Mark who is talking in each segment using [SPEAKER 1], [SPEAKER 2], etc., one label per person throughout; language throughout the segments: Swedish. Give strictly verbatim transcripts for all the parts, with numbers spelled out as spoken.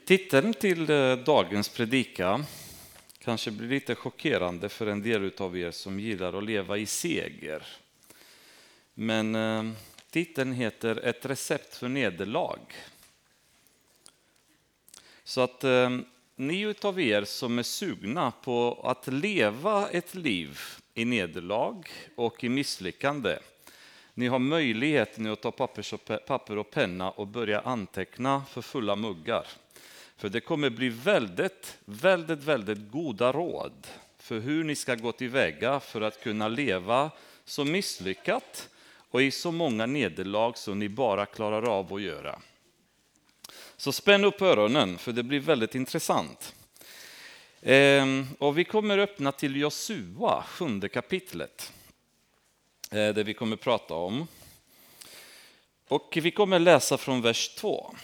[SPEAKER 1] Titeln till dagens predika kanske blir lite chockerande för en del av er som gillar att leva i seger. Men eh, titeln heter Ett recept för nederlag. Så att eh, ni utav er som är sugna på att leva ett liv i nederlag och i misslyckande, ni har möjligheten att ta papper och penna och börja anteckna för fulla muggar. För det kommer bli väldigt, väldigt, väldigt goda råd för hur ni ska gå tillväga för att kunna leva så misslyckat och i så många nederlag som ni bara klarar av att göra. Så spänn upp öronen, för det blir väldigt intressant. Ehm, och vi kommer öppna till Josua, sjunde kapitlet. Eh, det vi kommer prata om. Och vi kommer läsa från vers två.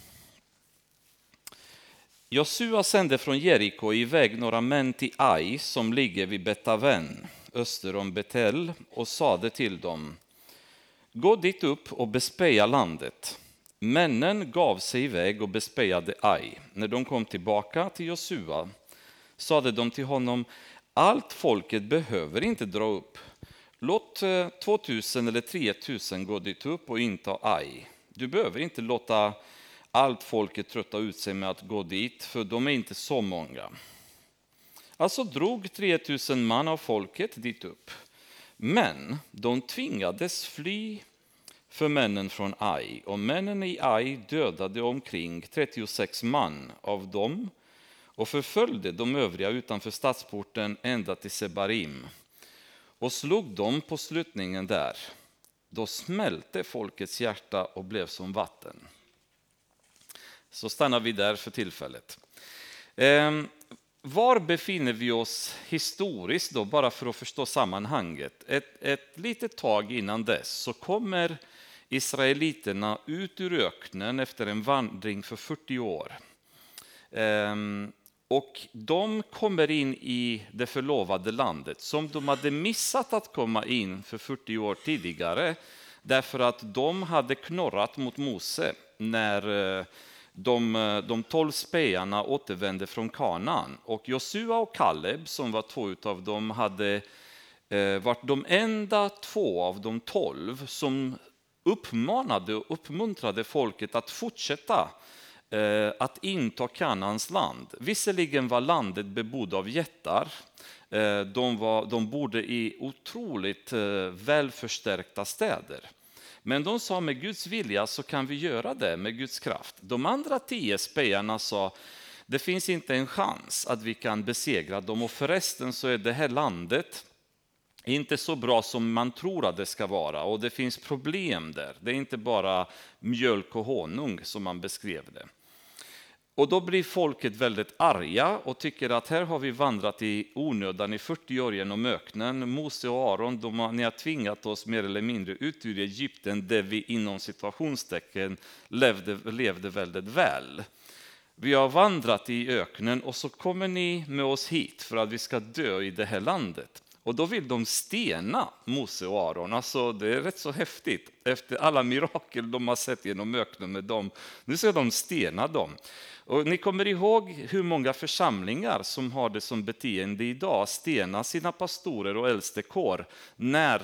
[SPEAKER 1] Josua sände från Jeriko iväg några män till Ai som ligger vid Betaven, öster om Betel, och sade till dem: gå dit upp och bespeja landet. Männen gav sig iväg och bespejade Ai. När de kom tillbaka till Josua sade de till honom: allt folket behöver inte dra upp. Låt tvåtusen eller tretusen gå dit upp och inta Ai. Du behöver inte låta allt folket trötta ut sig med att gå dit, för de är inte så många. Alltså drog tretusen man av folket dit upp. Men de tvingades fly för männen från Ai, och männen i Ai dödade omkring trettiosex man av dem och förföljde de övriga utanför stadsporten ända till Sebarim och slog dem på slutningen där. Då smälte folkets hjärta och blev som vatten. Så stannar vi där för tillfället. Eh, var befinner vi oss historiskt då, bara för att förstå sammanhanget? Ett, ett litet tag innan dess så kommer israeliterna ut ur öknen efter en vandring för fyrtio år. Eh, och de kommer in i det förlovade landet som de hade missat att komma in för fyrtio år tidigare, därför att de hade knorrat mot Mose när eh, De, de tolv spejarna återvände från Kanaan, och Josua och Kaleb, som var två av dem, hade eh, varit de enda två av de tolv som uppmanade och uppmuntrade folket att fortsätta eh, att inta Kanaans land. Visserligen var landet bebott av jättar, eh, de, var, de bodde i otroligt eh, välförstärkta städer. Men de sa, med Guds vilja så kan vi göra det, med Guds kraft. De andra tio spejarna sa, det finns inte en chans att vi kan besegra dem, och förresten så är det här landet inte så bra som man tror att det ska vara, och det finns problem där. Det är inte bara mjölk och honung som man beskrev det. Och då blir folket väldigt arga och tycker att här har vi vandrat i onödan i fyrtio år genom öknen. Mose och Aron, de har, ni har tvingat oss mer eller mindre ut ur Egypten, där vi inom situationstecken levde, levde väldigt väl. Vi har vandrat i öknen och så kommer ni med oss hit för att vi ska dö i det här landet. Och då vill de stena Mose och Aron. Alltså det är rätt så häftigt. Efter alla mirakel de har sett genom öknen med dem, nu ska de stena dem. Och ni kommer ihåg hur många församlingar som har det som beteende idag, stena sina pastorer och äldstekår när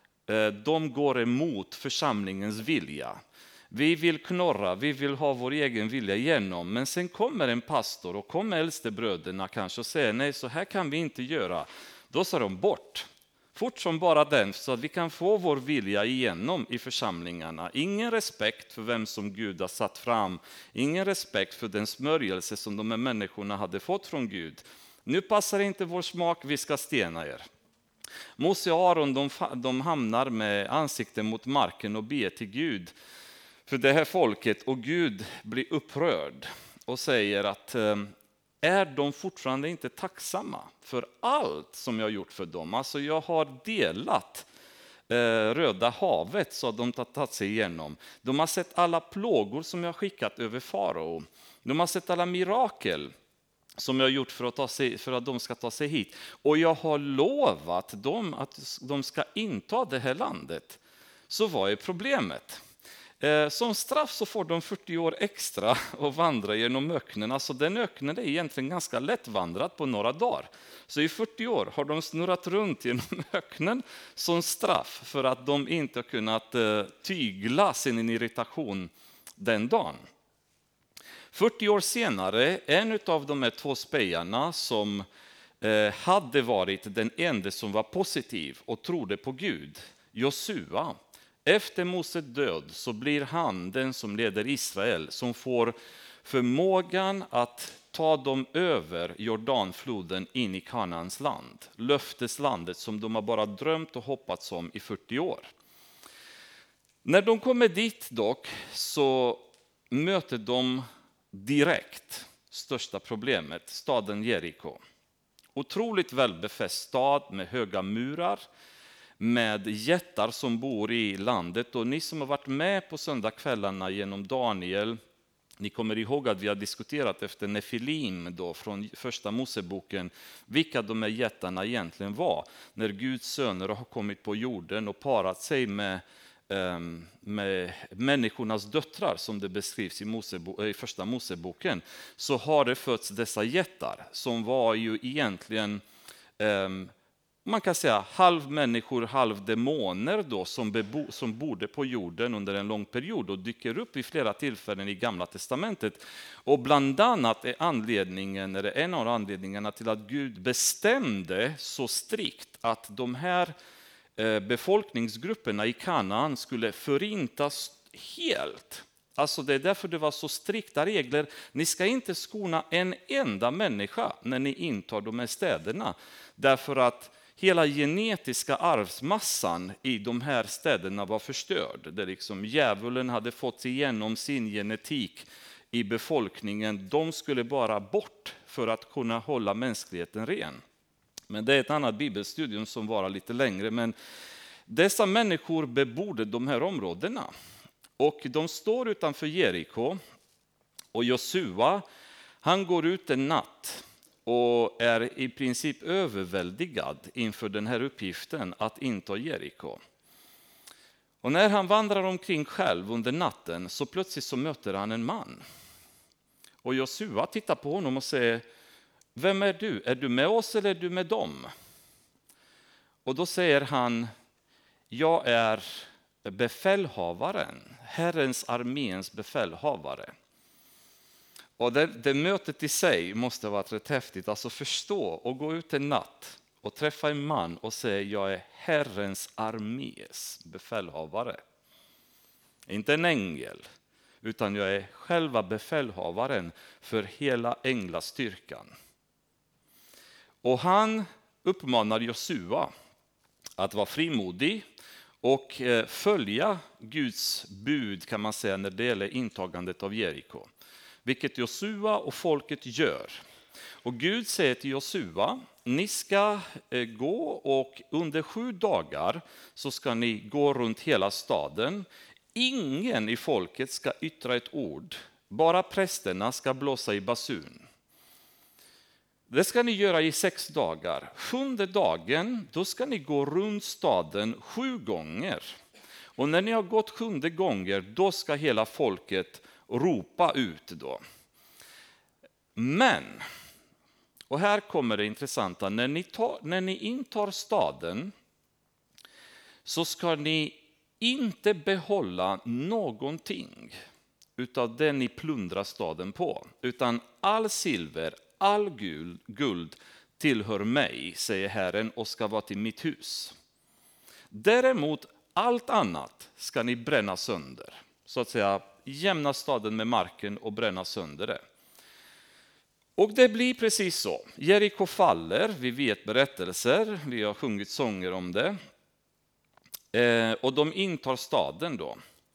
[SPEAKER 1] de går emot församlingens vilja. Vi vill knorra, vi vill ha vår egen vilja igenom, men sen kommer en pastor och kommer äldstebröderna kanske och säger nej, så här kan vi inte göra. Då sa de bort, fort som bara den, så att vi kan få vår vilja igenom i församlingarna. Ingen respekt för vem som Gud har satt fram, ingen respekt för den smörjelse som de här människorna hade fått från Gud. Nu passar inte vår smak, vi ska stena er. Mose och Aron, de, de hamnar med ansikten mot marken och ber till Gud för det här folket, och Gud blir upprörd och säger att är de fortfarande inte tacksamma för allt som jag har gjort för dem? Alltså jag har delat eh, Röda havet så att de har tagit sig igenom. De har sett alla plågor som jag har skickat över farao. De har sett alla mirakel som jag har gjort för att, ta sig, för att de ska ta sig hit. Och jag har lovat dem att de ska inta det här landet. Så vad är problemet? Som straff så får de fyrtio år extra att vandra genom öknen. Alltså den öknen är egentligen ganska lättvandrat på några dagar. Så i fyrtio år har de snurrat runt genom öknen som straff för att de inte har kunnat tygla sin irritation den dagen. fyrtio år senare, en av de här två spejarna som hade varit den enda som var positiv och trodde på Gud, Josua. Efter Moses död så blir han den som leder Israel, som får förmågan att ta dem över Jordanfloden in i Kanaans land. Löfteslandet som de har bara drömt och hoppats om i fyrtio år. När de kommer dit dock så möter de direkt största problemet, staden Jeriko. Otroligt välbefäst stad med höga murar, med jättar som bor i landet. Och ni som har varit med på söndagskvällarna genom Daniel, ni kommer ihåg att vi har diskuterat efter Nefilim då, från första Moseboken, vilka de här jättarna egentligen var. När Guds söner har kommit på jorden och parat sig med, med människornas döttrar, som det beskrivs i, Mosebo, i första Moseboken, så har det fötts dessa jättar som var ju egentligen man kan säga halv människor, halv demoner då, som, bebo, som bodde på jorden under en lång period och dyker upp vid flera tillfällen i Gamla testamentet. Och bland annat är anledningen, eller en av anledningarna till att Gud bestämde så strikt att de här befolkningsgrupperna i Kanaan skulle förintas helt. Alltså det är därför det var så strikta regler. Ni ska inte skona en enda människa när ni intar de här städerna. Därför att hela genetiska arvsmassan i de här städerna var förstörd. Där liksom djävulen hade fått igenom sin genetik i befolkningen. De skulle bara bort för att kunna hålla mänskligheten ren. Men det är ett annat bibelstudium som varar lite längre. Men dessa människor bebodde de här områdena. Och de står utanför Jeriko. Och Josua, han går ut en natt och är i princip överväldigad inför den här uppgiften att inta Jeriko. Och när han vandrar omkring själv under natten så plötsligt så möter han en man. Och Josua tittar på honom och säger: vem är du? Är du med oss eller är du med dem? Och då säger han: jag är befälhavaren, Herrens arméns befälhavare. Och det, det mötet i sig måste ha varit rätt häftigt. Alltså förstå och gå ut en natt och träffa en man och säga: jag är Herrens armés befälhavare. Inte en ängel, utan jag är själva befälhavaren för hela änglastyrkan. Och han uppmanar Josua att vara frimodig och följa Guds bud, kan man säga, när det gäller intagandet av Jeriko. Vilket Josua och folket gör. Och Gud säger till Josua: ni ska gå och under sju dagar så ska ni gå runt hela staden. Ingen i folket ska yttra ett ord. Bara prästerna ska blåsa i basun. Det ska ni göra i sex dagar. Sjunde dagen, då ska ni gå runt staden sju gånger. Och när ni har gått sjunde gånger, då ska hela folket ropa ut då. Men, och här kommer det intressanta, när ni, tar, när ni intar staden så ska ni inte behålla någonting utav det ni plundrar staden på, utan all silver, all guld, guld tillhör mig, säger Herren, och ska vara till mitt hus. Däremot allt annat ska ni bränna sönder, så att säga jämna staden med marken och bränna sönder det. Och det blir precis så. Jeriko faller, vi vet berättelser, vi har sjungit sånger om det. Eh, och de intar staden då.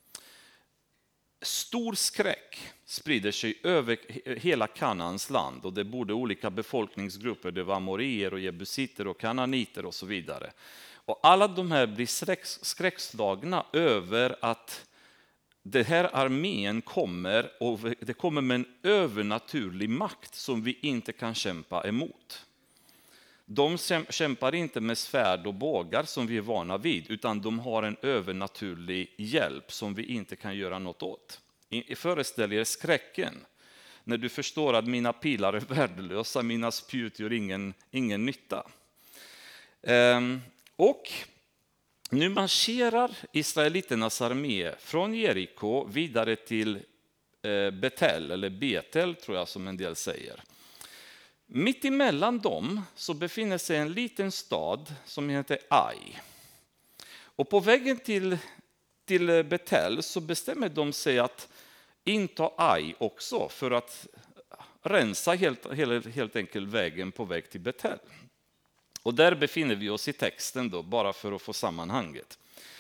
[SPEAKER 1] Stor skräck sprider sig över hela Kanaans land, och det bodde olika befolkningsgrupper. Det var amorier och jebusiter och kananiter och så vidare. Och alla de här blir skräck, skräckslagna över att det här armén kommer, och det kommer med en övernaturlig makt som vi inte kan kämpa emot. De kämpar inte med svärd och bågar som vi är vana vid, utan de har en övernaturlig hjälp som vi inte kan göra något åt. Föreställ er skräcken när du förstår att mina pilar är värdelösa, mina spjut gör ingen, ingen nytta. Ehm, och nu marscherar israeliternas armé från Jeriko vidare till eh, Betel, eller Betel tror jag som en del säger. Mitt emellan dem så befinner sig en liten stad som heter Ai. Och på vägen till, till Betel så bestämmer de sig att inta Ai också för att rensa helt, helt, helt enkelt vägen på väg till Betel. Och där befinner vi oss i texten då, bara för att få sammanhanget.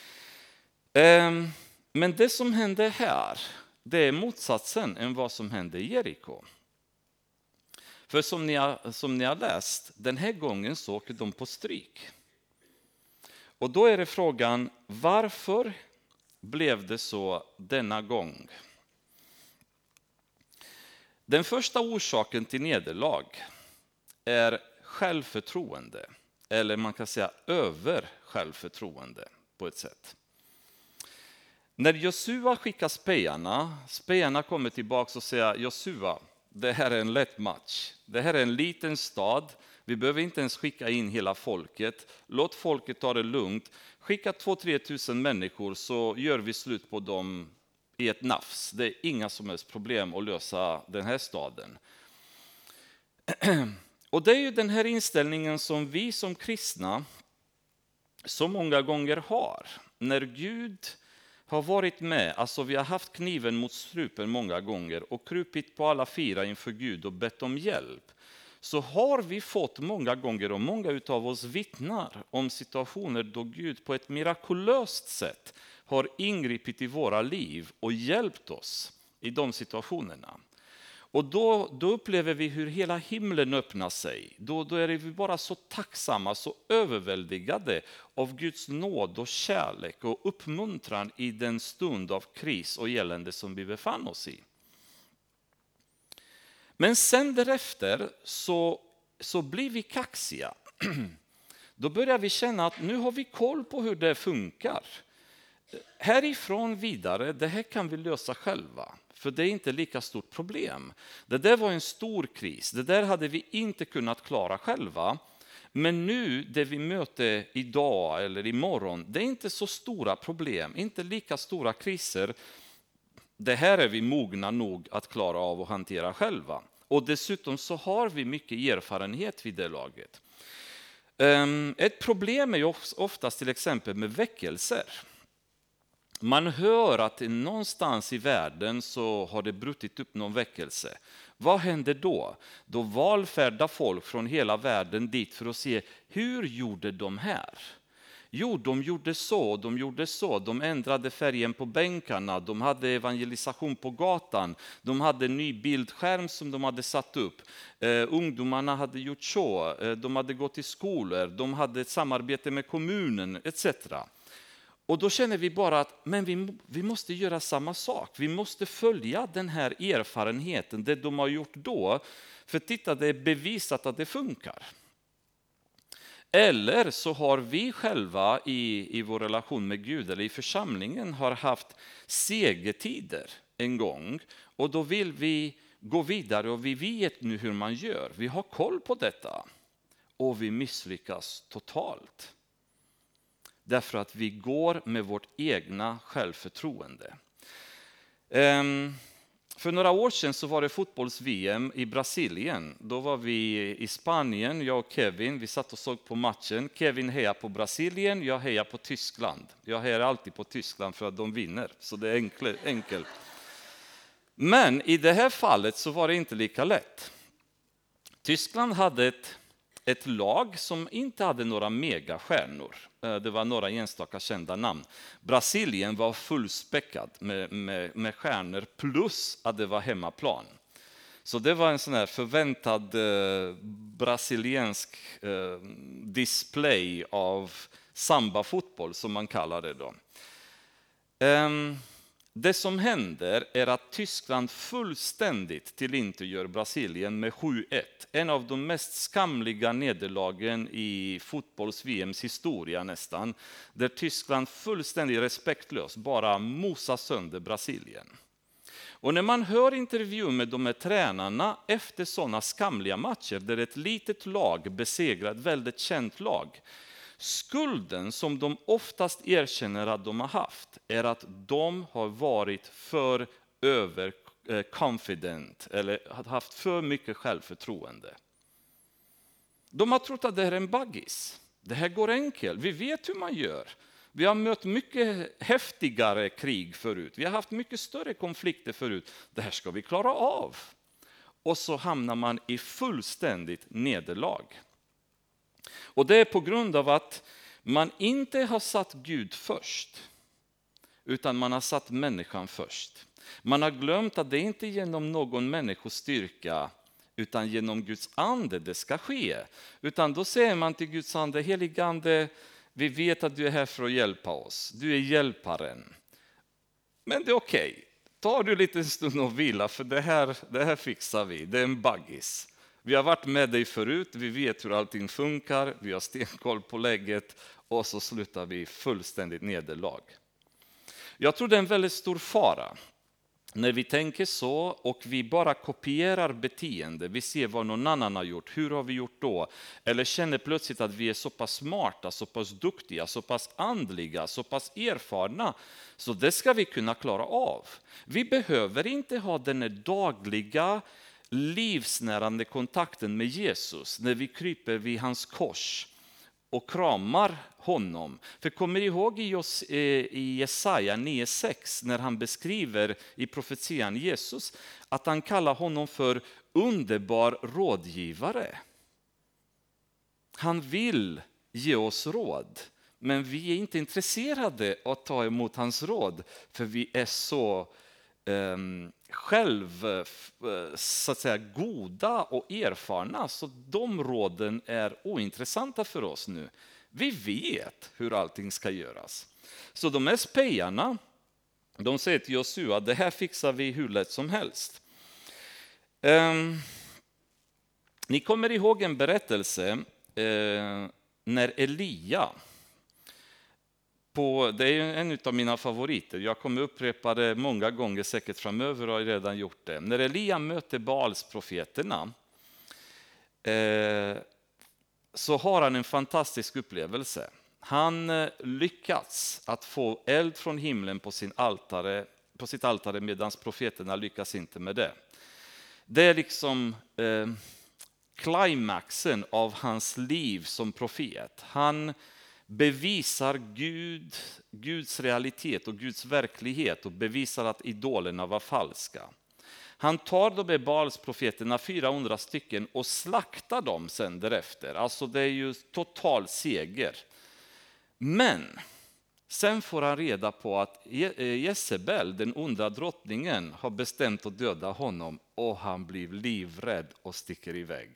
[SPEAKER 1] Men det som händer här, det är motsatsen än vad som hände i Jeriko. För som ni, har, som ni har läst, den här gången så åker de på stryk. Och då är det frågan, varför blev det så denna gång? Den första orsaken till nederlag är självförtroende. Eller man kan säga över självförtroende på ett sätt. När Josua skickar spejarna, spejarna kommer tillbaka och säger, Josua, det här är en lätt match. Det här är en liten stad. Vi behöver inte ens skicka in hela folket. Låt folket ta det lugnt. Skicka två till tre tusen människor så gör vi slut på dem i ett nafs. Det är inga som helst problem att lösa den här staden. Och det är ju den här inställningen som vi som kristna så många gånger har. När Gud har varit med, alltså vi har haft kniven mot strupen många gånger och krupit på alla fyra inför Gud och bett om hjälp, så har vi fått många gånger, och många utav oss vittnar om situationer då Gud på ett mirakulöst sätt har ingripit i våra liv och hjälpt oss i de situationerna. Och då, då upplever vi hur hela himlen öppnar sig. Då, då är vi bara så tacksamma, så överväldigade av Guds nåd och kärlek och uppmuntran i den stund av kris och elände som vi befann oss i. Men sen därefter så, så blir vi kaxiga. Då börjar vi känna att nu har vi koll på hur det funkar. Härifrån vidare, det här kan vi lösa själva. För det är inte lika stort problem. Det där var en stor kris. Det där hade vi inte kunnat klara själva. Men nu, det vi möter idag eller imorgon, det är inte så stora problem. Inte lika stora kriser. Det här är vi mogna nog att klara av och hantera själva. Och dessutom så har vi mycket erfarenhet vid det laget. Ett problem är ju oftast till exempel med väckelser. Man hör att någonstans i världen så har det brutit upp någon väckelse. Vad händer då? Då valfärdar folk från hela världen dit för att se hur gjorde de här? Jo, de gjorde så, de gjorde så. De ändrade färgen på bänkarna, de hade evangelisation på gatan, de hade en ny bildskärm som de hade satt upp. Uh, ungdomarna hade gjort så, uh, de hade gått i skolor, de hade ett samarbete med kommunen et cetera. Och då känner vi bara att men vi, vi måste göra samma sak. Vi måste följa den här erfarenheten, det de har gjort då. För titta, det är bevisat att det funkar. Eller så har vi själva i, i vår relation med Gud eller i församlingen har haft segertider en gång. Och då vill vi gå vidare och vi vet nu hur man gör. Vi har koll på detta. Och vi misslyckas totalt. Därför att vi går med vårt egna självförtroende. Um, för några år sedan så var det fotbolls-V M i Brasilien. Då var vi i Spanien, jag och Kevin. Vi satt och såg på matchen. Kevin hejar på Brasilien, jag hejar på Tyskland. Jag hejar alltid på Tyskland för att de vinner. Så det är enkelt. Men i det här fallet så var det inte lika lätt. Tyskland hade ett... Ett lag som inte hade några megastjärnor. Det var några enstaka kända namn. Brasilien var fullspäckad med, med, med stjärnor plus att det var hemmaplan. Så det var en sån här förväntad eh, brasiliansk eh, display av samba-fotboll som man kallar det då. Um, det som händer är att Tyskland fullständigt tillintetgör Brasilien med sju ett. En av de mest skamliga nederlagen i fotbolls-V M:s historia nästan. Där Tyskland fullständigt respektlöst bara mosar sönder Brasilien. Och när man hör intervju med de här tränarna efter sådana skamliga matcher där ett litet lag besegrar ett väldigt känt lag. Skulden som de oftast erkänner att de har haft är att de har varit för överconfident eller haft för mycket självförtroende. De har trott att det här är en baggis. Det här går enkelt. Vi vet hur man gör. Vi har mött mycket häftigare krig förut. Vi har haft mycket större konflikter förut. Det här ska vi klara av. Och så hamnar man i fullständigt nederlag. Och det är på grund av att man inte har satt Gud först, utan man har satt människan först. Man har glömt att det inte är genom någon människostyrka, utan genom Guds ande det ska ske. Utan då säger man till Guds ande, helige ande, vi vet att du är här för att hjälpa oss. Du är hjälparen. Men det är okej. Okay. Tar du lite stund och vila, för det här, det här fixar vi. Det är en baggis. Vi har varit med dig förut, vi vet hur allting funkar, vi har stenkoll på läget och så slutar vi fullständigt nederlag. Jag tror det är en väldigt stor fara när vi tänker så och vi bara kopierar beteende. Vi ser vad någon annan har gjort, hur har vi gjort då? Eller känner plötsligt att vi är så pass smarta, så pass duktiga, så pass andliga, så pass erfarna. Så det ska vi kunna klara av. Vi behöver inte ha den här dagliga livsnärande kontakten med Jesus när vi kryper vid hans kors och kramar honom. För kommer ni ihåg i Jesaja nio sex när han beskriver i profetian Jesus att han kallar honom för underbar rådgivare. Han vill ge oss råd, men vi är inte intresserade av att ta emot hans råd för vi är så Um, själv så att säga goda och erfarna, så de råden är ointressanta för oss nu. Vi vet hur allting ska göras. Så de här spejarna, de säger till Josua, det här fixar vi hur lätt som helst. Um, ni kommer ihåg en berättelse uh, när Elia, På, det är en av mina favoriter. Jag kommer upprepa det många gånger säkert framöver och har redan gjort det. När Elia möter Baalsprofeterna eh, så har han en fantastisk upplevelse. Han eh, lyckats att få eld från himlen på, sin altare, på sitt altare medan profeterna lyckas inte med det. Det är liksom eh, climaxen av hans liv som profet. Han bevisar Gud, Guds realitet och Guds verklighet och bevisar att idolerna var falska. Han tar de här Baalsprofeterna, fyrahundra stycken, och slaktar dem sen därefter. Alltså det är ju total seger. Men sen får han reda på att Jezebel, den onda drottningen, har bestämt att döda honom och han blir livrädd och sticker iväg.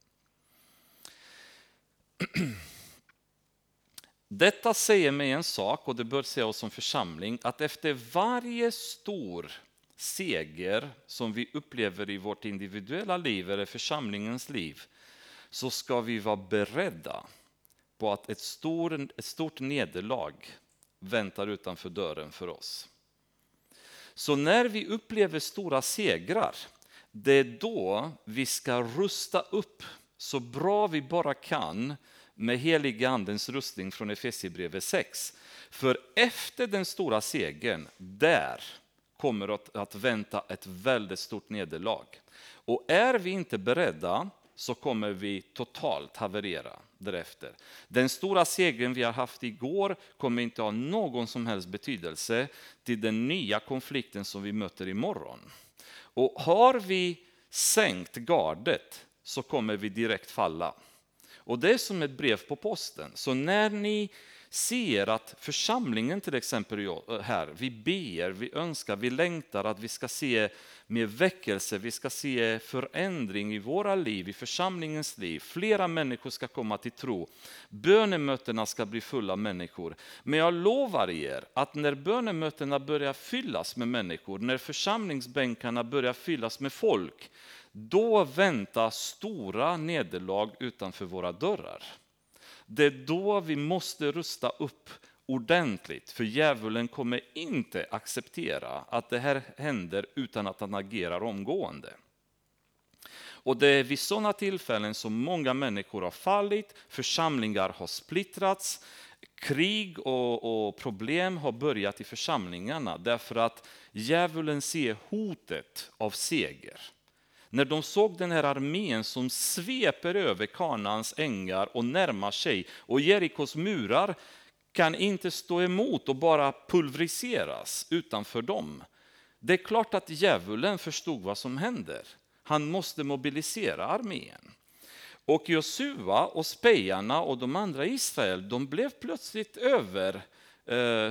[SPEAKER 1] Detta säger mig en sak, och det bör säga oss som församling, att efter varje stor seger som vi upplever i vårt individuella liv eller församlingens liv, så ska vi vara beredda på att ett, stor, ett stort nederlag väntar utanför dörren för oss. Så när vi upplever stora segrar, det är då vi ska rusta upp så bra vi bara kan med heliga andens rustning från Efesierbrevet sex. För efter den stora segern, där kommer att, att vänta ett väldigt stort nederlag. Och är vi inte beredda så kommer vi totalt haverera därefter. Den stora segern vi har haft igår kommer inte ha någon som helst betydelse till den nya konflikten som vi möter imorgon. Och har vi sänkt gardet så kommer vi direkt falla. Och det är som ett brev på posten. Så när ni ser att församlingen till exempel här, vi ber, vi önskar, vi längtar att vi ska se mer väckelse, vi ska se förändring i våra liv, i församlingens liv. Flera människor ska komma till tro. Bönemötena ska bli fulla av människor. Men jag lovar er att när bönemötena börjar fyllas med människor, när församlingsbänkarna börjar fyllas med folk, då väntar stora nederlag utanför våra dörrar. Det är då vi måste rusta upp ordentligt, för djävulen kommer inte acceptera att det här händer utan att han agerar omgående. Och det är vid sådana tillfällen som många människor har fallit, församlingar har splittrats, krig och, och problem har börjat i församlingarna därför att djävulen ser hotet av seger. När de såg den här armén som sveper över Kanaans ängar och närmar sig, och Jerikos murar kan inte stå emot och bara pulveriseras utanför dem. Det är klart att djävulen förstod vad som händer. Han måste mobilisera armén. Och Josua och spejarna och de andra i Israel, de blev plötsligt över eh,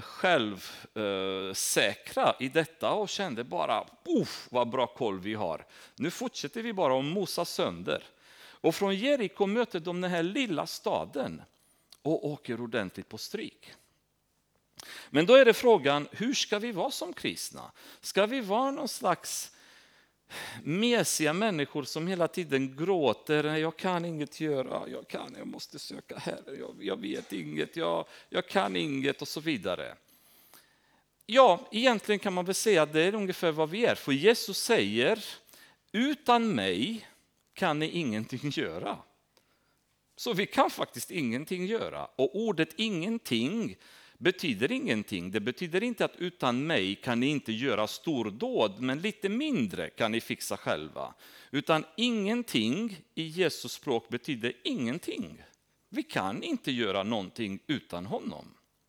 [SPEAKER 1] självsäkra eh, i detta och kände bara, uff, vad bra koll vi har. Nu fortsätter vi bara att mosa sönder. Och från Jeriko möter de den här lilla staden och åker ordentligt på stryk. Men då är det frågan, hur ska vi vara som kristna? Ska vi vara någon slags mesiga människor som hela tiden gråter, jag kan inget göra, jag kan, jag måste söka Herre, jag, jag vet inget, jag, jag kan inget och så vidare. Ja, egentligen kan man väl säga att det är ungefär vad vi är. För Jesus säger, utan mig kan ni ingenting göra. Så vi kan faktiskt ingenting göra. Och ordet ingenting betyder ingenting. Det betyder inte att utan mig kan ni inte göra stordåd, men lite mindre kan ni fixa själva. Utan ingenting i Jesus språk betyder ingenting. Vi kan inte göra någonting utan honom.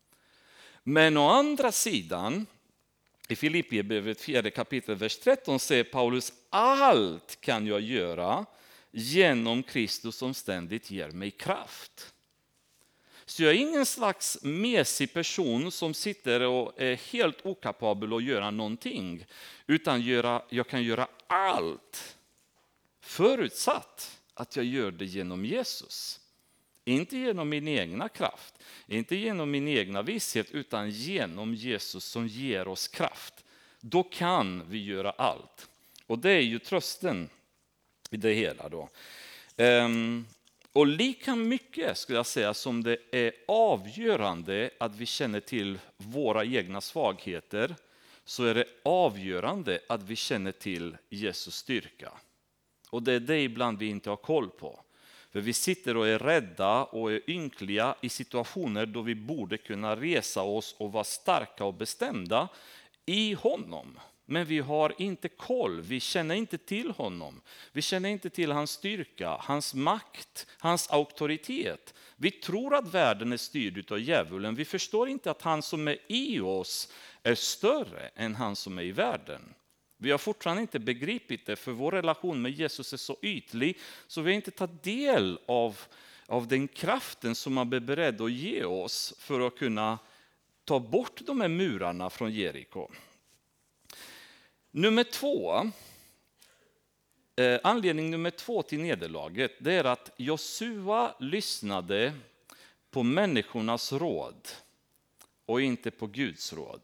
[SPEAKER 1] Men å andra sidan, i Filipperbrevet fjärde kapitel vers tretton säger Paulus, allt kan jag göra genom Kristus som ständigt ger mig kraft. Så jag är ingen slags mesig person som sitter och är helt okapabel att göra någonting. Utan göra, jag kan göra allt. Förutsatt att jag gör det genom Jesus. Inte genom min egna kraft. Inte genom min egna visshet. Utan genom Jesus som ger oss kraft. Då kan vi göra allt. Och det är ju trösten i det hela då. Um, Och lika mycket skulle jag säga som det är avgörande att vi känner till våra egna svagheter, så är det avgörande att vi känner till Jesus styrka. Och det är det ibland vi inte har koll på. För vi sitter och är rädda och är ynkliga i situationer då vi borde kunna resa oss och vara starka och bestämda i honom. Men vi har inte koll, vi känner inte till honom. Vi känner inte till hans styrka, hans makt, hans auktoritet. Vi tror att världen är styrd av djävulen. Vi förstår inte att han som är i oss är större än han som är i världen. Vi har fortfarande inte begripit det, för vår relation med Jesus är så ytlig. Så vi har inte tagit del av, av den kraften som han är beredd att ge oss för att kunna ta bort de här murarna från Jeriko. Nummer två, eh, anledning nummer två till nederlaget, det är att Josua lyssnade på människornas råd och inte på Guds råd.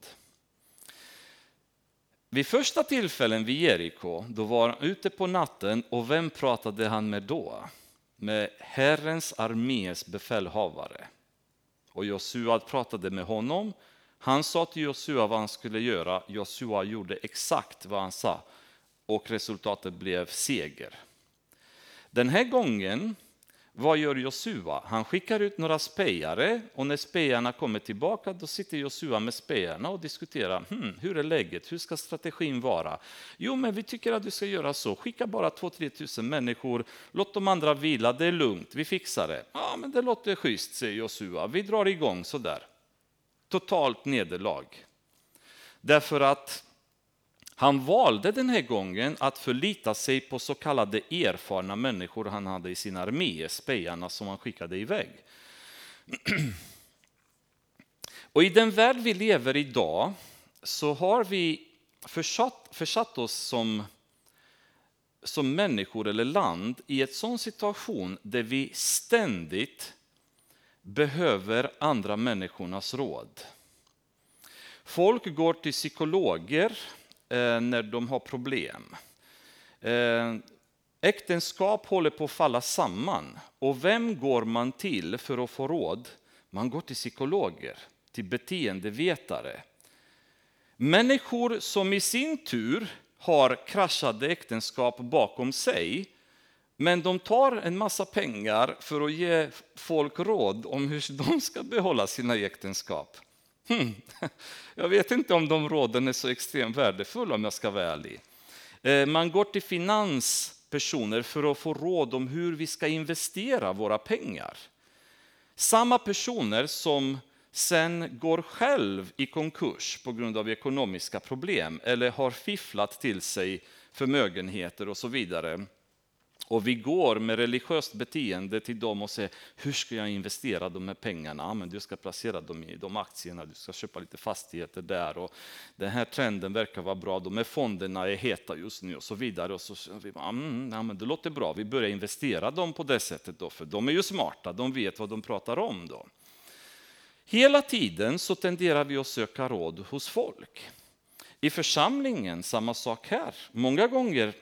[SPEAKER 1] Vid första tillfällen vid Jeriko, då var han ute på natten, och vem pratade han med då? Med Herrens armés befälhavare. Och Josua pratade med honom. Han sa till Josua vad han skulle göra. Josua gjorde exakt vad han sa. Och resultatet blev seger. Den här gången, vad gör Josua? Han skickar ut några spejare. Och när spejarna kommer tillbaka, då sitter Josua med spejarna och diskuterar. Hmm, hur är läget? Hur ska strategin vara? Jo, men vi tycker att du ska göra så. Skicka bara två till tre tusen människor. Låt de andra vila, det är lugnt. Vi fixar det. Ja, men det låter schysst, säger Josua. Vi drar igång så där. Totalt nederlag. Därför att han valde den här gången att förlita sig på så kallade erfarna människor han hade i sin armé, spejarna som han skickade iväg. Och i den värld vi lever idag så har vi försatt, försatt oss som, som människor eller land i en sån situation där vi ständigt behöver andra människornas råd. Folk går till psykologer eh, när de har problem. Eh, äktenskap håller på att falla samman. Och vem går man till för att få råd? Man går till psykologer, till beteendevetare. Människor som i sin tur har kraschade äktenskap bakom sig, men de tar en massa pengar för att ge folk råd om hur de ska behålla sina äktenskap. Hmm. Jag vet inte om de råden är så extremt värdefulla om jag ska vara ärlig. Man går till finanspersoner för att få råd om hur vi ska investera våra pengar. Samma personer som sen går själv i konkurs på grund av ekonomiska problem eller har fifflat till sig förmögenheter och så vidare. Och vi går med religiöst beteende till dem och säger, hur ska jag investera de här pengarna? Ja, men du ska placera dem i de aktierna, du ska köpa lite fastigheter där. Och den här trenden verkar vara bra, de här fonderna är heta just nu och så vidare. Och så vi bara, mm, ja, men det låter bra, vi börjar investera dem på det sättet då, för de är ju smarta, de vet vad de pratar om då. Hela tiden så tenderar vi att söka råd hos folk. I församlingen, samma sak här. Många gånger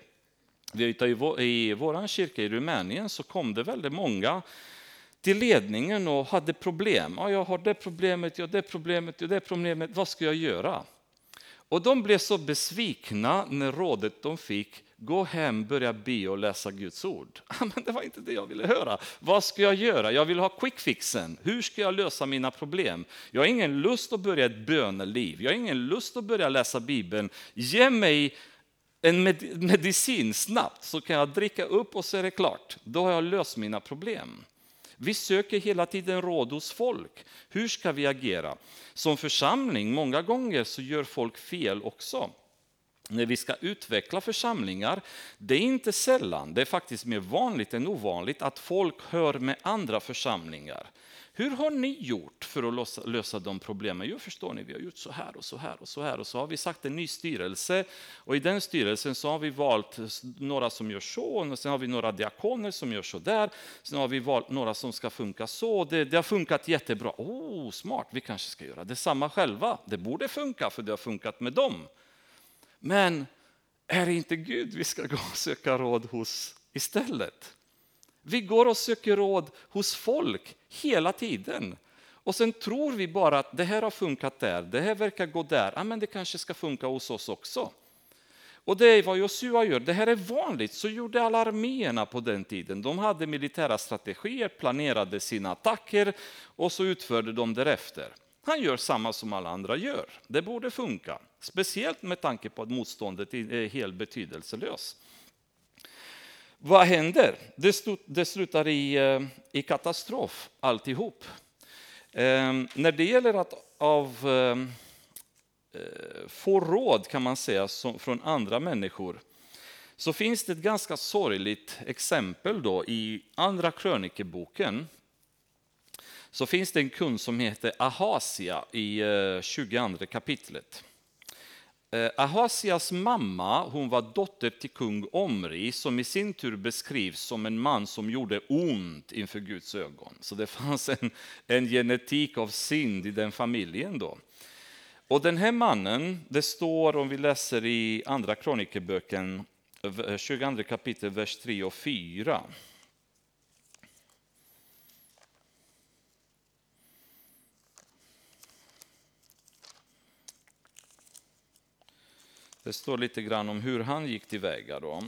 [SPEAKER 1] i vår kyrka i Rumänien så kom det väldigt många till ledningen och hade problem. Ja, jag har det problemet, jag har det problemet, jag har det problemet, vad ska jag göra? Och de blev så besvikna när rådet de fick, gå hem, börja be och läsa Guds ord. Men det var inte det jag ville höra. Vad ska jag göra? Jag vill ha quick fixen. Hur ska jag lösa mina problem? Jag har ingen lust att börja ett böneliv. Jag har ingen lust att börja läsa Bibeln. Ge mig en medicin snabbt så kan jag dricka upp och så är det klart. Då har jag löst mina problem. Vi söker hela tiden råd hos folk. Hur ska vi agera? Som församling, många gånger så gör folk fel också. När vi ska utveckla församlingar, det är inte sällan, det är faktiskt mer vanligt än ovanligt att folk hör med andra församlingar. Hur har ni gjort för att lösa, lösa de problemen? Jo, förstår ni, vi har gjort så här och så här och så här. Och så har vi sagt en ny styrelse. Och i den styrelsen så har vi valt några som gör så. Och sen har vi några diakoner som gör så där. Sen har vi valt några som ska funka så. Det, det har funkat jättebra. Oh, smart, vi kanske ska göra detsamma själva. Det borde funka för det har funkat med dem. Men är det inte Gud vi ska gå och söka råd hos istället? Vi går och söker råd hos folk hela tiden. Och sen tror vi bara att det här har funkat där, det här verkar gå där. Ja, men det kanske ska funka hos oss också. Och det är vad Josua gör. Det här är vanligt. Så gjorde alla arméerna på den tiden. De hade militära strategier, planerade sina attacker och så utförde de därefter. Han gör samma som alla andra gör. Det borde funka. Speciellt med tanke på att motståndet är helt betydelselöst. Vad händer? Det, stod, det slutar i, i katastrof alltihop. Eh, när det gäller att av, eh, få råd kan man säga som, från andra människor så finns det ett ganska sorgligt exempel då i andra krönikeboken. Så finns det en kung som heter Ahasia i eh, tjugoandra kapitlet. Ahasias mamma, hon var dotter till kung Omri som i sin tur beskrivs som en man som gjorde ont inför Guds ögon. Så det fanns en, en genetik av synd i den familjen då. Och den här mannen, det står om vi läser i andra krönikeböcken tjugoandra kapitel vers tre och fyra. Det står lite grann om hur han gick tillväga då.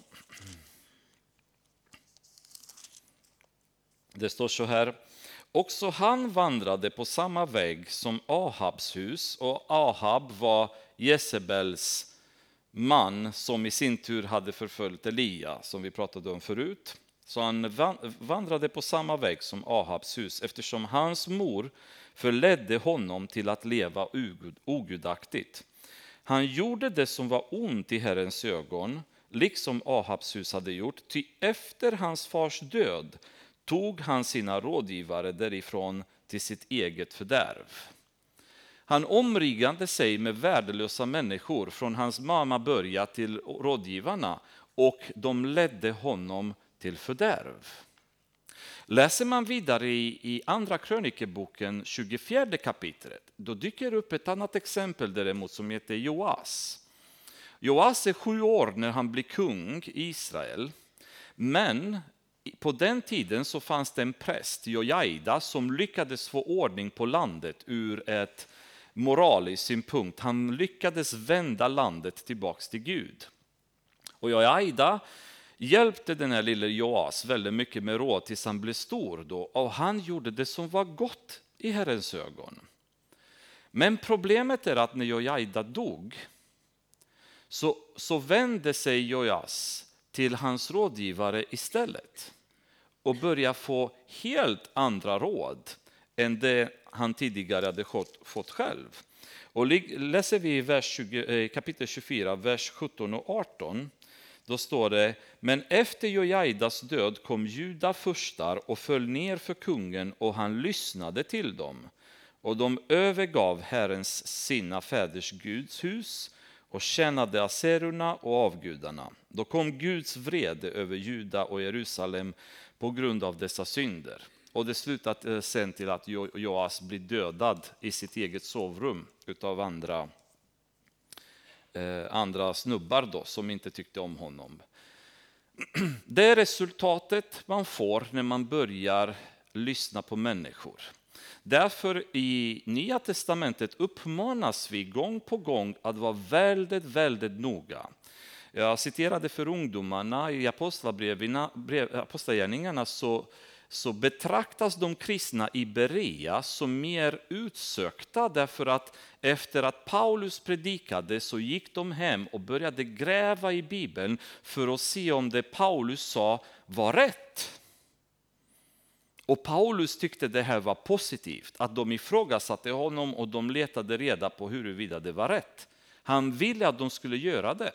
[SPEAKER 1] Det står så här. Också han vandrade på samma väg som Ahabs hus, och Ahab var Jezebels man som i sin tur hade förföljt Elia, som vi pratade om förut. Så han vandrade på samma väg som Ahabs hus eftersom hans mor förledde honom till att leva ogudaktigt. Han gjorde det som var ont i Herrens ögon, liksom Ahabs hus hade gjort, ty efter hans fars död tog han sina rådgivare därifrån till sitt eget fördärv. Han omringade sig med värdelösa människor från hans mamma börja till rådgivarna, och de ledde honom till fördärv. Läser man vidare i, i andra krönikeboken tjugofjärde kapitlet, då dyker upp ett annat exempel däremot som heter Joas. Joas är sju år när han blir kung i Israel, men på den tiden så fanns det en präst, Jojaida, som lyckades få ordning på landet ur ett moralisk synpunkt. Han lyckades vända landet tillbaks till Gud. Och Jojaida hjälpte den här lille Joas väldigt mycket med råd tills han blev stor då, och han gjorde det som var gott i Herrens ögon. Men problemet är att när Jojaida dog så, så vände sig Joas till hans rådgivare istället och började få helt andra råd än det han tidigare hade fått själv. Och läser vi i vers tjugo, kapitel tjugofyra, vers sjutton och arton, då står det: men efter Jojaidas död kom Juda furstar och föll ner för kungen, och han lyssnade till dem. Och de övergav Herrens, sina fäders Guds hus, och tjänade aserorna och avgudarna. Då kom Guds vrede över Juda och Jerusalem på grund av dessa synder. Och det slutade sen till att Joas blir dödad i sitt eget sovrum utav andra, eh, andra snubbar då, som inte tyckte om honom. Det är resultatet man får när man börjar lyssna på människor. Därför i Nya testamentet uppmanas vi gång på gång att vara väldigt, väldigt noga. Jag citerade för ungdomarna i apostlagärningarna, så, så betraktas de kristna i Berea som mer utsökta, därför att efter att Paulus predikade så gick de hem och började gräva i Bibeln för att se om det Paulus sa var rätt. Och Paulus tyckte det här var positivt, att de ifrågasatte honom och de letade reda på huruvida det var rätt. Han ville att de skulle göra det.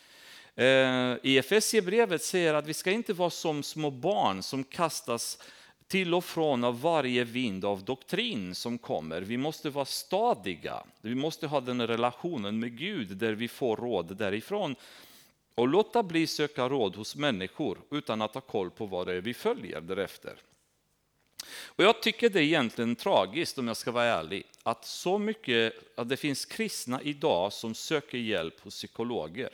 [SPEAKER 1] I Efesierbrevet säger att vi ska inte vara som små barn som kastas till och från av varje vind av doktrin som kommer. Vi måste vara stadiga. Vi måste ha den relationen med Gud där vi får råd därifrån. Och låta bli söka råd hos människor utan att ha koll på vad det är vi följer därefter. Och jag tycker det är egentligen tragiskt, om jag ska vara ärlig, att så mycket att det finns kristna idag som söker hjälp hos psykologer.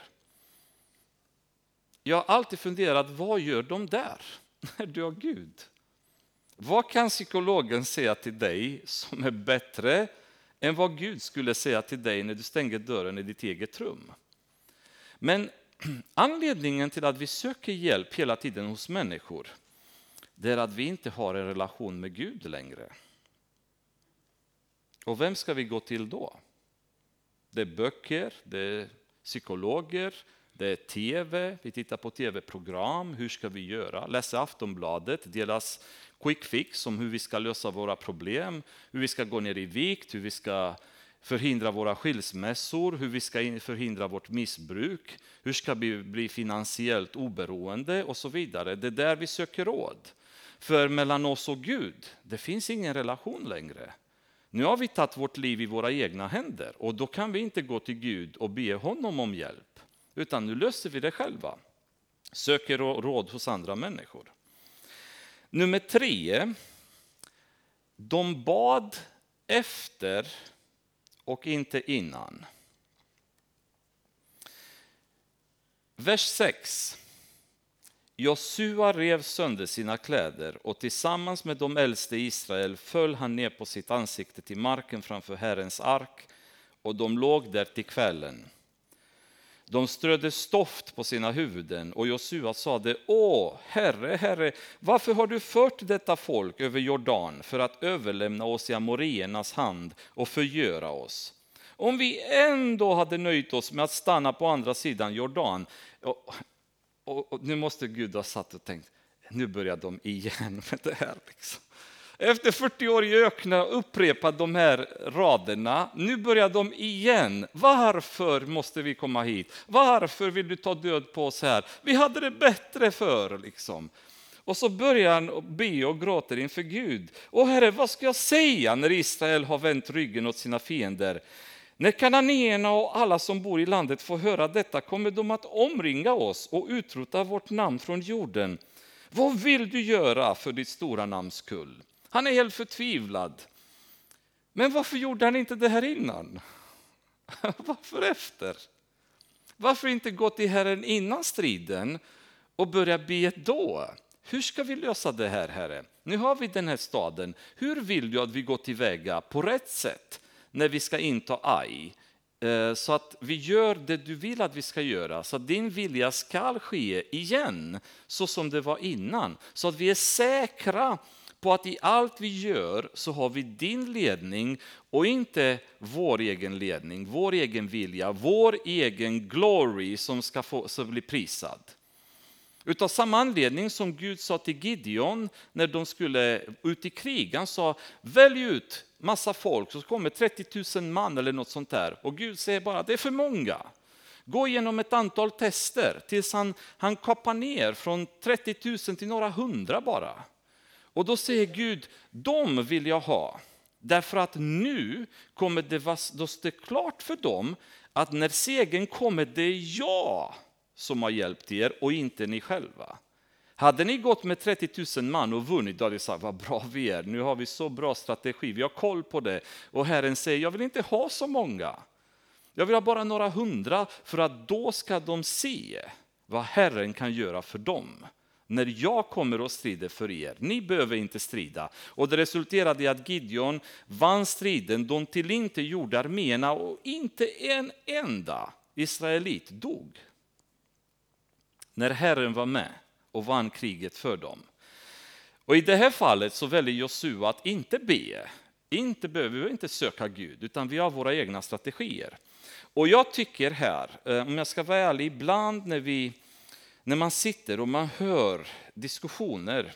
[SPEAKER 1] Jag har alltid funderat, vad gör de där när du har Gud? Vad kan psykologen säga till dig som är bättre än vad Gud skulle säga till dig när du stänger dörren i ditt eget rum? Men anledningen till att vi söker hjälp hela tiden hos människor, det är att vi inte har en relation med Gud längre. Och vem ska vi gå till då? Det är böcker, det är psykologer, det är tv, vi tittar på tv-program, hur ska vi göra? Läsa Aftonbladet, deras quick fix om hur vi ska lösa våra problem, hur vi ska gå ner i vikt, hur vi ska förhindra våra skilsmässor, hur vi ska förhindra vårt missbruk, hur ska vi bli finansiellt oberoende och så vidare. Det är där vi söker råd. För mellan oss och Gud, det finns ingen relation längre. Nu har vi tagit vårt liv i våra egna händer, och då kan vi inte gå till Gud och be honom om hjälp. Utan nu löser vi det själva. Söker råd hos andra människor. Nummer tre. De bad efter och inte innan. Vers sex. Josua rev sönder sina kläder, och tillsammans med de äldste i Israel föll han ner på sitt ansikte till marken framför Herrens ark, och de låg där till kvällen. De strödde stoft på sina huvuden, och Josua sade: Åh, Herre, Herre, varför har du fört detta folk över Jordan för att överlämna oss i amoriernas hand och förgöra oss? Om vi ändå hade nöjt oss med att stanna på andra sidan Jordan. Och, och, och nu måste Gud ha satt och tänkt, nu börjar de igen med det här liksom. Efter fyrtio år i öknen upprepade de här raderna. Nu börjar de igen. Varför måste vi komma hit? Varför vill du ta död på oss här? Vi hade det bättre för liksom. Och så börjar han be och gråter inför Gud. Och Herre, vad ska jag säga när Israel har vänt ryggen åt sina fiender? När kananéerna och alla som bor i landet får höra detta kommer de att omringa oss och utrota vårt namn från jorden. Vad vill du göra för ditt stora namns skull? Han är helt förtvivlad. Men varför gjorde han inte det här innan? Varför efter? Varför inte gå till Herren innan striden och börja be då? Hur ska vi lösa det här, Herre? Nu har vi den här staden. Hur vill du att vi går tillväga på rätt sätt när vi ska inta Ai? Så att vi gör det du vill att vi ska göra. Så att din vilja ska ske igen så som det var innan. Så att vi är säkra på att i allt vi gör så har vi din ledning och inte vår egen ledning, vår egen vilja, vår egen glory som ska få, så bli prisad. Utav samma anledning som Gud sa till Gideon när de skulle ut i krig. Han sa, välj ut massa folk så kommer trettio tusen man eller något sånt där. Och Gud säger bara, det är för många. Gå igenom ett antal tester tills han, han kapar ner från trettio tusen till några hundra bara. Och då säger Gud, de vill jag ha. Därför att nu kommer det då stå klart för dem att när segern kommer, det är jag som har hjälpt er och inte ni själva. Hade ni gått med trettio tusen man och vunnit, då hade jag sagt, vad bra vi är. Nu har vi så bra strategi, vi har koll på det. Och Herren säger, jag vill inte ha så många. Jag vill ha bara några hundra, för att då ska de se vad Herren kan göra för dem. När jag kommer och strider för er. Ni behöver inte strida. Och det resulterade i att Gideon vann striden. De till inte gjorde arméerna och inte en enda israelit dog. När Herren var med och vann kriget för dem. Och i det här fallet så väljer Josua att inte be. Inte behöver vi inte söka Gud, utan vi har våra egna strategier. Och jag tycker här, om jag ska vara ärlig, ibland när vi När man sitter och man hör diskussioner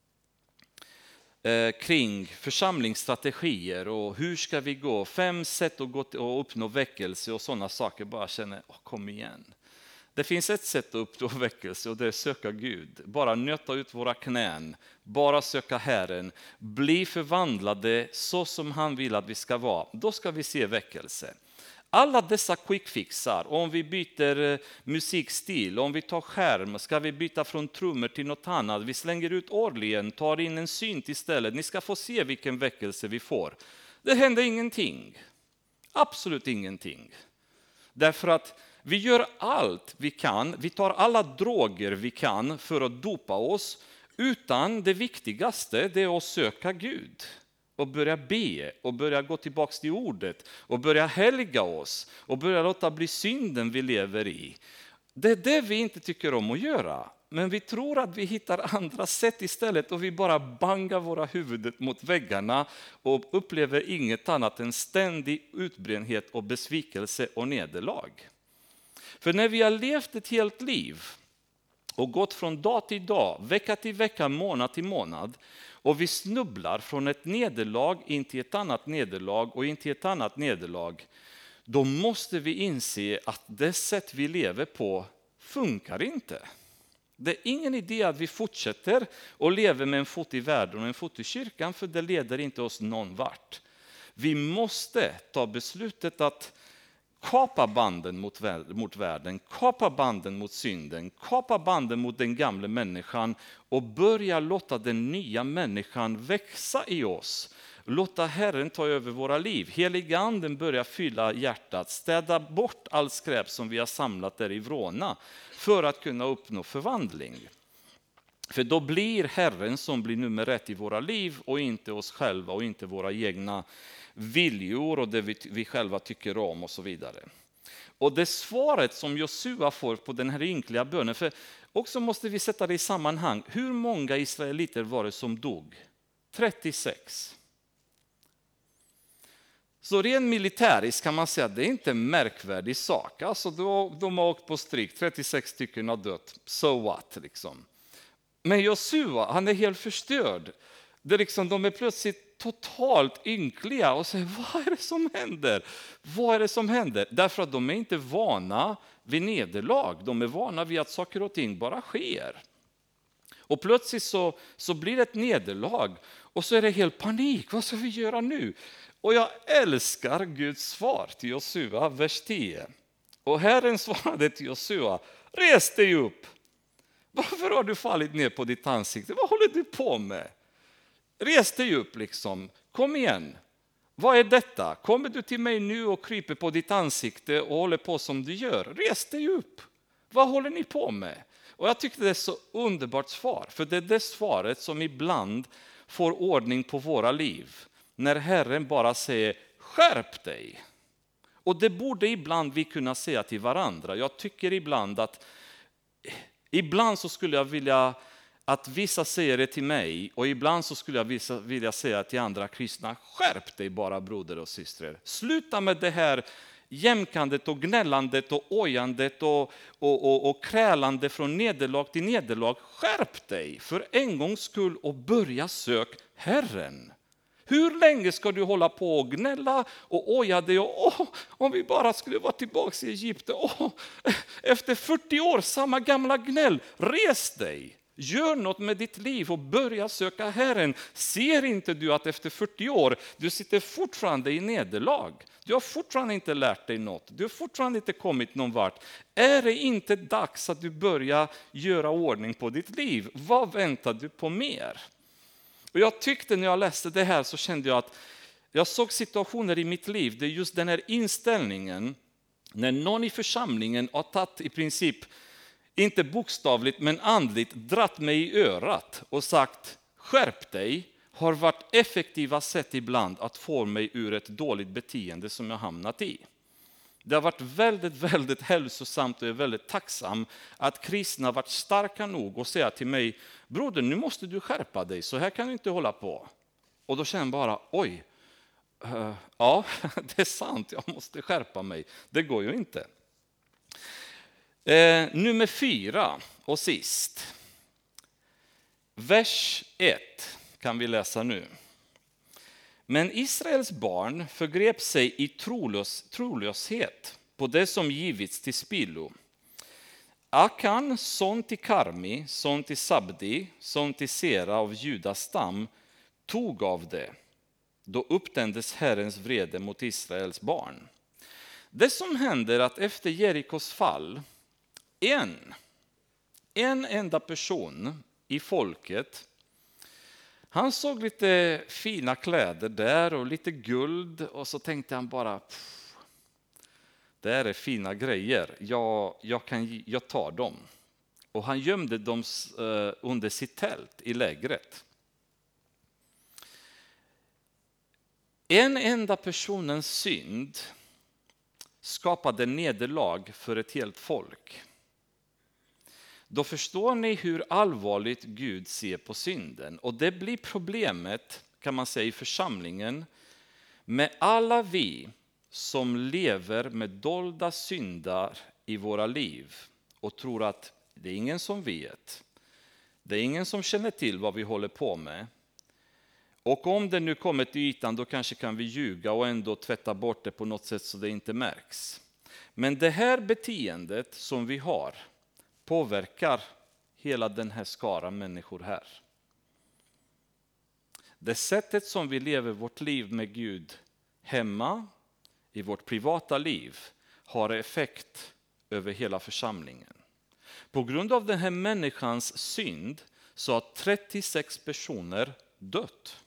[SPEAKER 1] eh, kring församlingsstrategier och hur ska vi gå, fem sätt att gå och uppnå väckelse och sådana saker, bara känner, åh, kom igen. Det finns ett sätt att uppnå väckelse och det är att söka Gud. Bara nöta ut våra knän, bara söka Herren, bli förvandlade så som han vill att vi ska vara. Då ska vi se väckelse. Alla dessa quickfixar, om vi byter musikstil, om vi tar skärm, ska vi byta från trummor till något annat, vi slänger ut orgeln, tar in en synt istället, ni ska få se vilken väckelse vi får. Det händer ingenting, absolut ingenting. Därför att vi gör allt vi kan, vi tar alla droger vi kan för att dopa oss, utan det viktigaste, det är att söka Gud. Och börja be och börja gå tillbaka till ordet och börja helga oss och börja låta bli synden vi lever i. Det är det vi inte tycker om att göra. Men vi tror att vi hittar andra sätt istället och vi bara bangar våra huvudet mot väggarna och upplever inget annat än ständig utbrändhet och besvikelse och nederlag. För när vi har levt ett helt liv och gått från dag till dag, vecka till vecka, månad till månad, och vi snubblar från ett nederlag in till ett annat nederlag och in till ett annat nederlag, då måste vi inse att det sätt vi lever på funkar inte. Det är ingen idé att vi fortsätter och lever med en fot i världen och en fot i kyrkan, för det leder inte oss någon vart. Vi måste ta beslutet att kapa banden mot, mot världen, kapa banden mot synden, kapa banden mot den gamla människan och börja låta den nya människan växa i oss. Låta Herren ta över våra liv. Heliga anden börjar fylla hjärtat, städa bort all skräp som vi har samlat där i vråna för att kunna uppnå förvandling. För då blir Herren som blir nummer ett i våra liv och inte oss själva och inte våra egna viljor och det vi, vi själva tycker om och så vidare. Och det svaret som Josua får på den här ynkliga bönen, för också måste vi sätta det i sammanhang. Hur många israeliter var det som dog? trettiosex. Så rent militäriskt kan man säga att det är inte en märkvärdig sak. Alltså de, de har åkt på stryk, trettiosex stycken har dött. So what liksom. Men Josua, han är helt förstörd. Det är liksom, de är plötsligt totalt ynkliga och säger, vad är det som händer? Vad är det som händer? Därför att de är inte vana vid nederlag. De är vana vid att saker och ting bara sker. Och plötsligt så, så blir det ett nederlag. Och så är det helt panik. Vad ska vi göra nu? Och jag älskar Guds svar till Josua, vers tio. Och Herren svarade till Josua, res dig upp. Varför har du fallit ner på ditt ansikte? Vad håller du på med? Res dig upp liksom. Kom igen. Vad är detta? Kommer du till mig nu och kryper på ditt ansikte och håller på som du gör? Res dig upp. Vad håller ni på med? Och jag tyckte det är så underbart svar. För det är det svaret som ibland får ordning på våra liv. När Herren bara säger, skärp dig. Och det borde ibland vi kunna säga till varandra. Jag tycker ibland att, ibland så skulle jag vilja att vissa säger det till mig. Och ibland så skulle jag vissa, vilja säga till andra kristna, skärp dig bara broder och systrar. Sluta med det här jämkandet och gnällandet och ojandet och, och, och, och krälande från nederlag till nederlag. Skärp dig för en gångs skull och börja sök Herren. Hur länge ska du hålla på och gnälla och oja dig? Och, åh, om vi bara skulle vara tillbaka i Egypten. Åh, efter fyrtio år, samma gamla gnäll. Res dig. Gör något med ditt liv och börja söka Herren. Ser inte du att efter fyrtio år, du sitter fortfarande i nederlag? Du har fortfarande inte lärt dig något. Du har fortfarande inte kommit någon vart. Är det inte dags att du börjar göra ordning på ditt liv? Vad väntar du på mer? Och jag tyckte när jag läste det här så kände jag att jag såg situationer i mitt liv. Det är just den här inställningen när någon i församlingen har tagit i princip, inte bokstavligt men andligt, dratt mig i örat och sagt skärp dig, har varit effektiva sätt ibland att få mig ur ett dåligt beteende som jag hamnat i. Det har varit väldigt, väldigt hälsosamt och jag är väldigt tacksam att kristna har varit starka nog och säga till mig, broder nu måste du skärpa dig, så här kan du inte hålla på. Och då känner jag bara, oj, uh, ja det är sant, jag måste skärpa mig, det går ju inte. Eh, nummer fyra och sist. Vers ett kan vi läsa nu. Men Israels barn förgrep sig i trolös, trolöshet på det som givits till spillo. Akan, son till Karmi, son till Sabdi, son till Sera av Judas stam, tog av det. Då upptändes Herrens vrede mot Israels barn. Det som händer att efter Jerikos fall, en, en enda person i folket, han såg lite fina kläder där och lite guld och så tänkte han bara, det är fina grejer, jag, jag, kan, jag tar dem. Och han gömde dem under sitt tält i lägret. En enda personens synd skapade nederlag för ett helt folk. Då förstår ni hur allvarligt Gud ser på synden. Och det blir problemet, kan man säga, i församlingen med alla vi som lever med dolda syndar i våra liv och tror att det är ingen som vet. Det är ingen som känner till vad vi håller på med. Och om det nu kommer till ytan, då kanske kan vi ljuga och ändå tvätta bort det på något sätt så det inte märks. Men det här beteendet som vi har påverkar hela den här skaran människor här. Det sättet som vi lever vårt liv med Gud hemma, i vårt privata liv, har effekt över hela församlingen. På grund av den här människans synd så har trettiosex personer dött.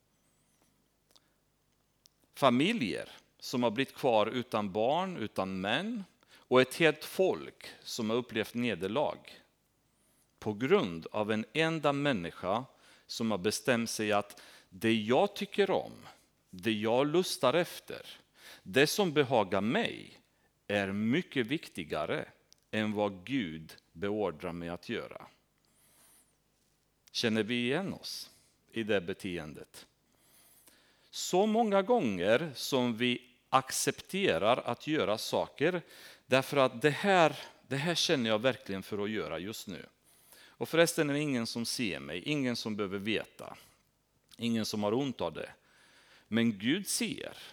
[SPEAKER 1] Familjer som har blivit kvar utan barn, utan män, och ett helt folk som har upplevt nederlag på grund av en enda människa som har bestämt sig att det jag tycker om, det jag lustar efter, det som behagar mig är mycket viktigare än vad Gud beordrar mig att göra. Känner vi igen oss i det beteendet? Så många gånger som vi accepterar att göra saker därför att det här, det här känner jag verkligen för att göra just nu. Och förresten är det ingen som ser mig, ingen som behöver veta, ingen som har ont av det. Men Gud ser.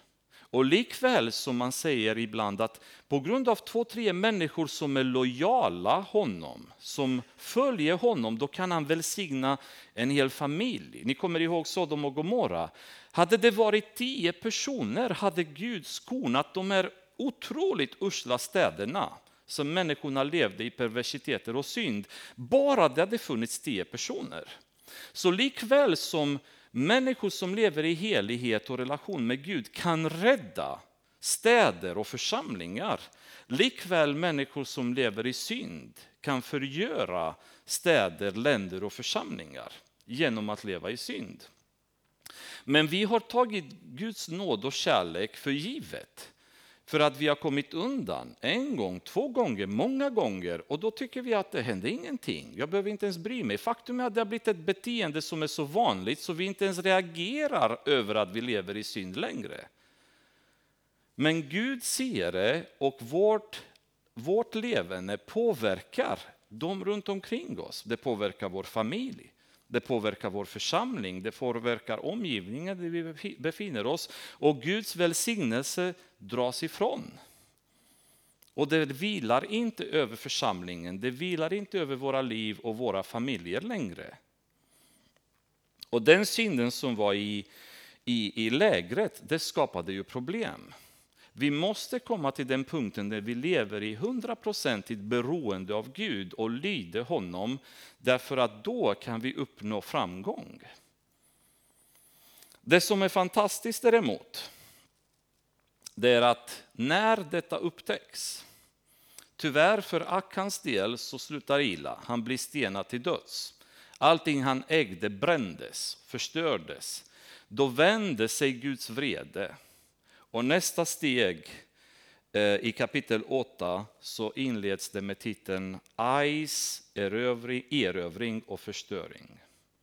[SPEAKER 1] Och likväl som man säger ibland att på grund av två, tre människor som är lojala honom, som följer honom, då kan han välsigna en hel familj. Ni kommer ihåg Sodom och Gomorra. Hade det varit tio personer hade Gud skonat de här otroligt usla städerna som människorna levde i perversiteter och synd. Bara det hade funnits tio personer. Så likväl som människor som lever i helighet och relation med Gud kan rädda städer och församlingar, likväl människor som lever i synd kan förgöra städer, länder och församlingar genom att leva i synd. Men vi har tagit Guds nåd och kärlek för givet. För att vi har kommit undan en gång, två gånger, många gånger. Och då tycker vi att det händer ingenting. Jag behöver inte ens bry mig. Faktum är att det har blivit ett beteende som är så vanligt så vi inte ens reagerar över att vi lever i synd längre. Men Gud ser det och vårt, vårt levande påverkar de runt omkring oss. Det påverkar vår familj. Det påverkar vår församling, det påverkar omgivningen där vi befinner oss. Och Guds välsignelse dras ifrån. Och det vilar inte över församlingen, det vilar inte över våra liv och våra familjer längre. Och den synden som var i, i, i lägret, det skapade ju problem. Vi måste komma till den punkten där vi lever i hundraprocentigt beroende av Gud och lyder honom, därför att då kan vi uppnå framgång. Det som är fantastiskt däremot, det är att när detta upptäcks, tyvärr för Akans del så slutar illa, han blir stenad till döds. Allting han ägde brändes, förstördes. Då vände sig Guds vrede. Och nästa steg eh, i kapitel åtta så inleds det med titeln Ais, erövring, erövring och förstöring.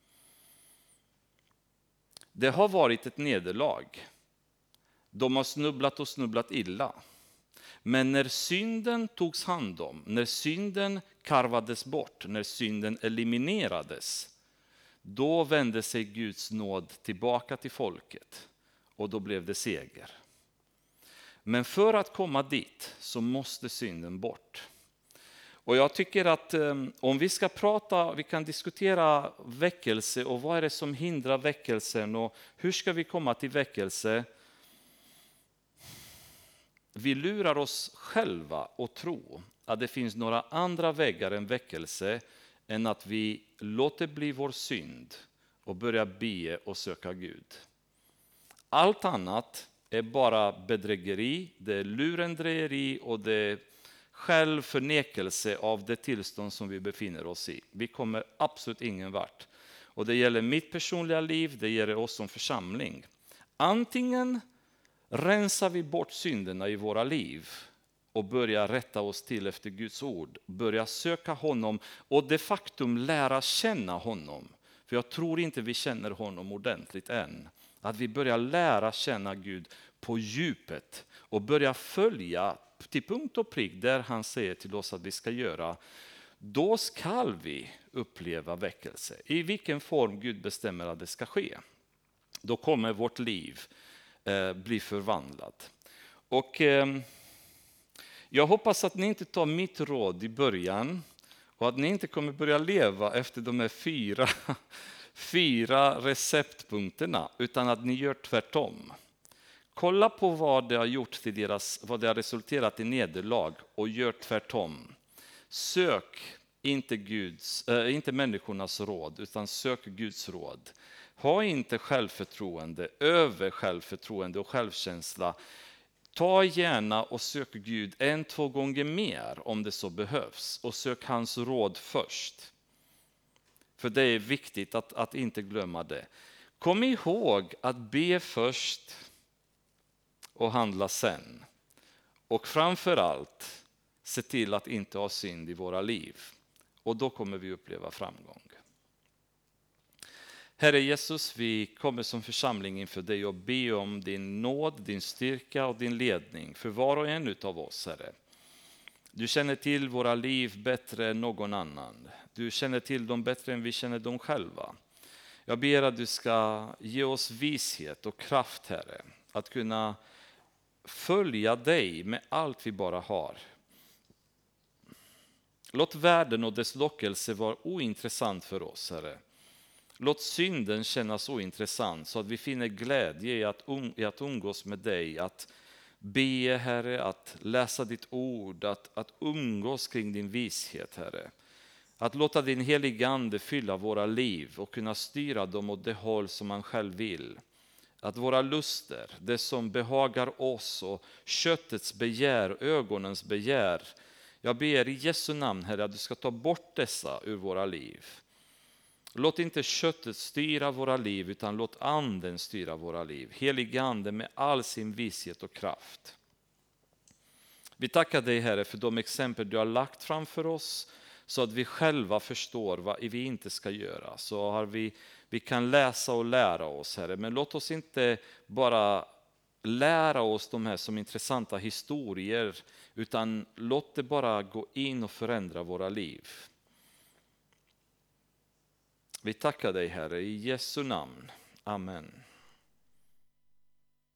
[SPEAKER 1] Det har varit ett nederlag. De har snubblat och snubblat illa. Men när synden togs hand om, när synden karvades bort, när synden eliminerades, då vände sig Guds nåd tillbaka till folket och då blev det seger. Men för att komma dit så måste synden bort. Och jag tycker att um, om vi ska prata, vi kan diskutera väckelse och vad är det som hindrar väckelsen och hur ska vi komma till väckelse? Vi lurar oss själva och tro att det finns några andra vägar än väckelse än att vi låter bli vår synd och börjar be och söka Gud. Allt annat är bara bedrägeri, det är lurendrejeri och det är självförnekelse av det tillstånd som vi befinner oss i. Vi kommer absolut ingen vart. Och det gäller mitt personliga liv, det gäller oss som församling. Antingen rensar vi bort synderna i våra liv och börjar rätta oss till efter Guds ord, börjar söka honom och de facto lära känna honom. För jag tror inte vi känner honom ordentligt än. Att vi börjar lära känna Gud på djupet och börjar följa till punkt och prick där han säger till oss att vi ska göra. Då ska vi uppleva väckelse. I vilken form Gud bestämmer att det ska ske. Då kommer vårt liv eh, bli förvandlat. Och eh, jag hoppas att ni inte tar mitt råd i början och att ni inte kommer börja leva efter de här fyra fyra receptpunkterna, utan att ni gör tvärtom. Kolla på vad det har gjort till deras, vad det har resulterat i nederlag och gör tvärtom. Sök inte, Guds, äh, inte människornas råd, utan sök Guds råd. Ha inte självförtroende, över självförtroende och självkänsla. Ta gärna och sök Gud en, två gånger mer om det så behövs och sök hans råd först. För det är viktigt att, att inte glömma det. Kom ihåg att be först och handla sen. Och framförallt se till att inte ha synd i våra liv. Och då kommer vi uppleva framgång. Herre Jesus, vi kommer som församling inför dig och be om din nåd, din styrka och din ledning för var och en av oss, Herre. Du känner till våra liv bättre än någon annan. Du känner till dem bättre än vi känner dem själva. Jag ber att du ska ge oss vishet och kraft, Herre, att kunna följa dig med allt vi bara har. Låt världen och dess lockelse vara ointressant för oss, Herre. Låt synden kännas ointressant så att vi finner glädje i att, um, i att umgås med dig, att be, Herre, att läsa ditt ord, att, att umgås kring din vishet, Herre. Att låta din heliga ande fylla våra liv och kunna styra dem åt det håll som man själv vill. Att våra luster, det som behagar oss och köttets begär, ögonens begär, jag ber i Jesu namn, Herre, att du ska ta bort dessa ur våra liv. Låt inte köttet styra våra liv, utan låt anden styra våra liv. Heliga ande med all sin vishet och kraft. Vi tackar dig, Herre, för de exempel du har lagt framför oss, så att vi själva förstår vad vi inte ska göra. Så har vi, vi kan läsa och lära oss, Herre, men låt oss inte bara lära oss de här som intressanta historier, utan låt det bara gå in och förändra våra liv. Vi tackar dig, Herre, i Jesu namn. Amen.